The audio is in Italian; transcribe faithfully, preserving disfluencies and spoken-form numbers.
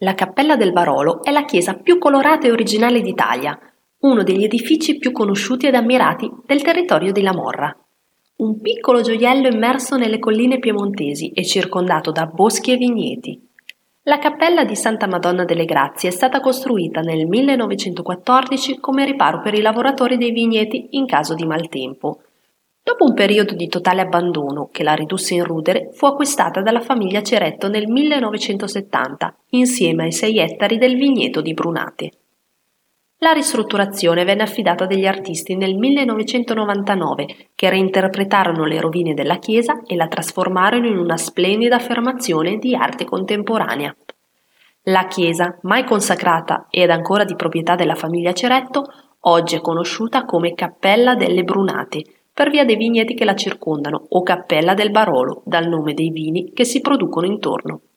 La Cappella del Barolo è la chiesa più colorata e originale d'Italia, uno degli edifici più conosciuti ed ammirati del territorio di La Morra. Un piccolo gioiello immerso nelle colline piemontesi e circondato da boschi e vigneti. La cappella di Santa Madonna delle Grazie è stata costruita nel millenovecentoquattordici come riparo per i lavoratori dei vigneti in caso di maltempo. Dopo un periodo di totale abbandono, che la ridusse in rudere, fu acquistata dalla famiglia Ceretto nel millenovecentosettanta, insieme ai sei ettari del vigneto di Brunate. La ristrutturazione venne affidata a degli artisti nel millenovecentonovantanove, che reinterpretarono le rovine della chiesa e la trasformarono in una splendida affermazione di arte contemporanea. La chiesa, mai consacrata ed ancora di proprietà della famiglia Ceretto, oggi è conosciuta come Cappella delle Brunate, per via dei vigneti che la circondano, o Cappella del Barolo, dal nome dei vini che si producono intorno.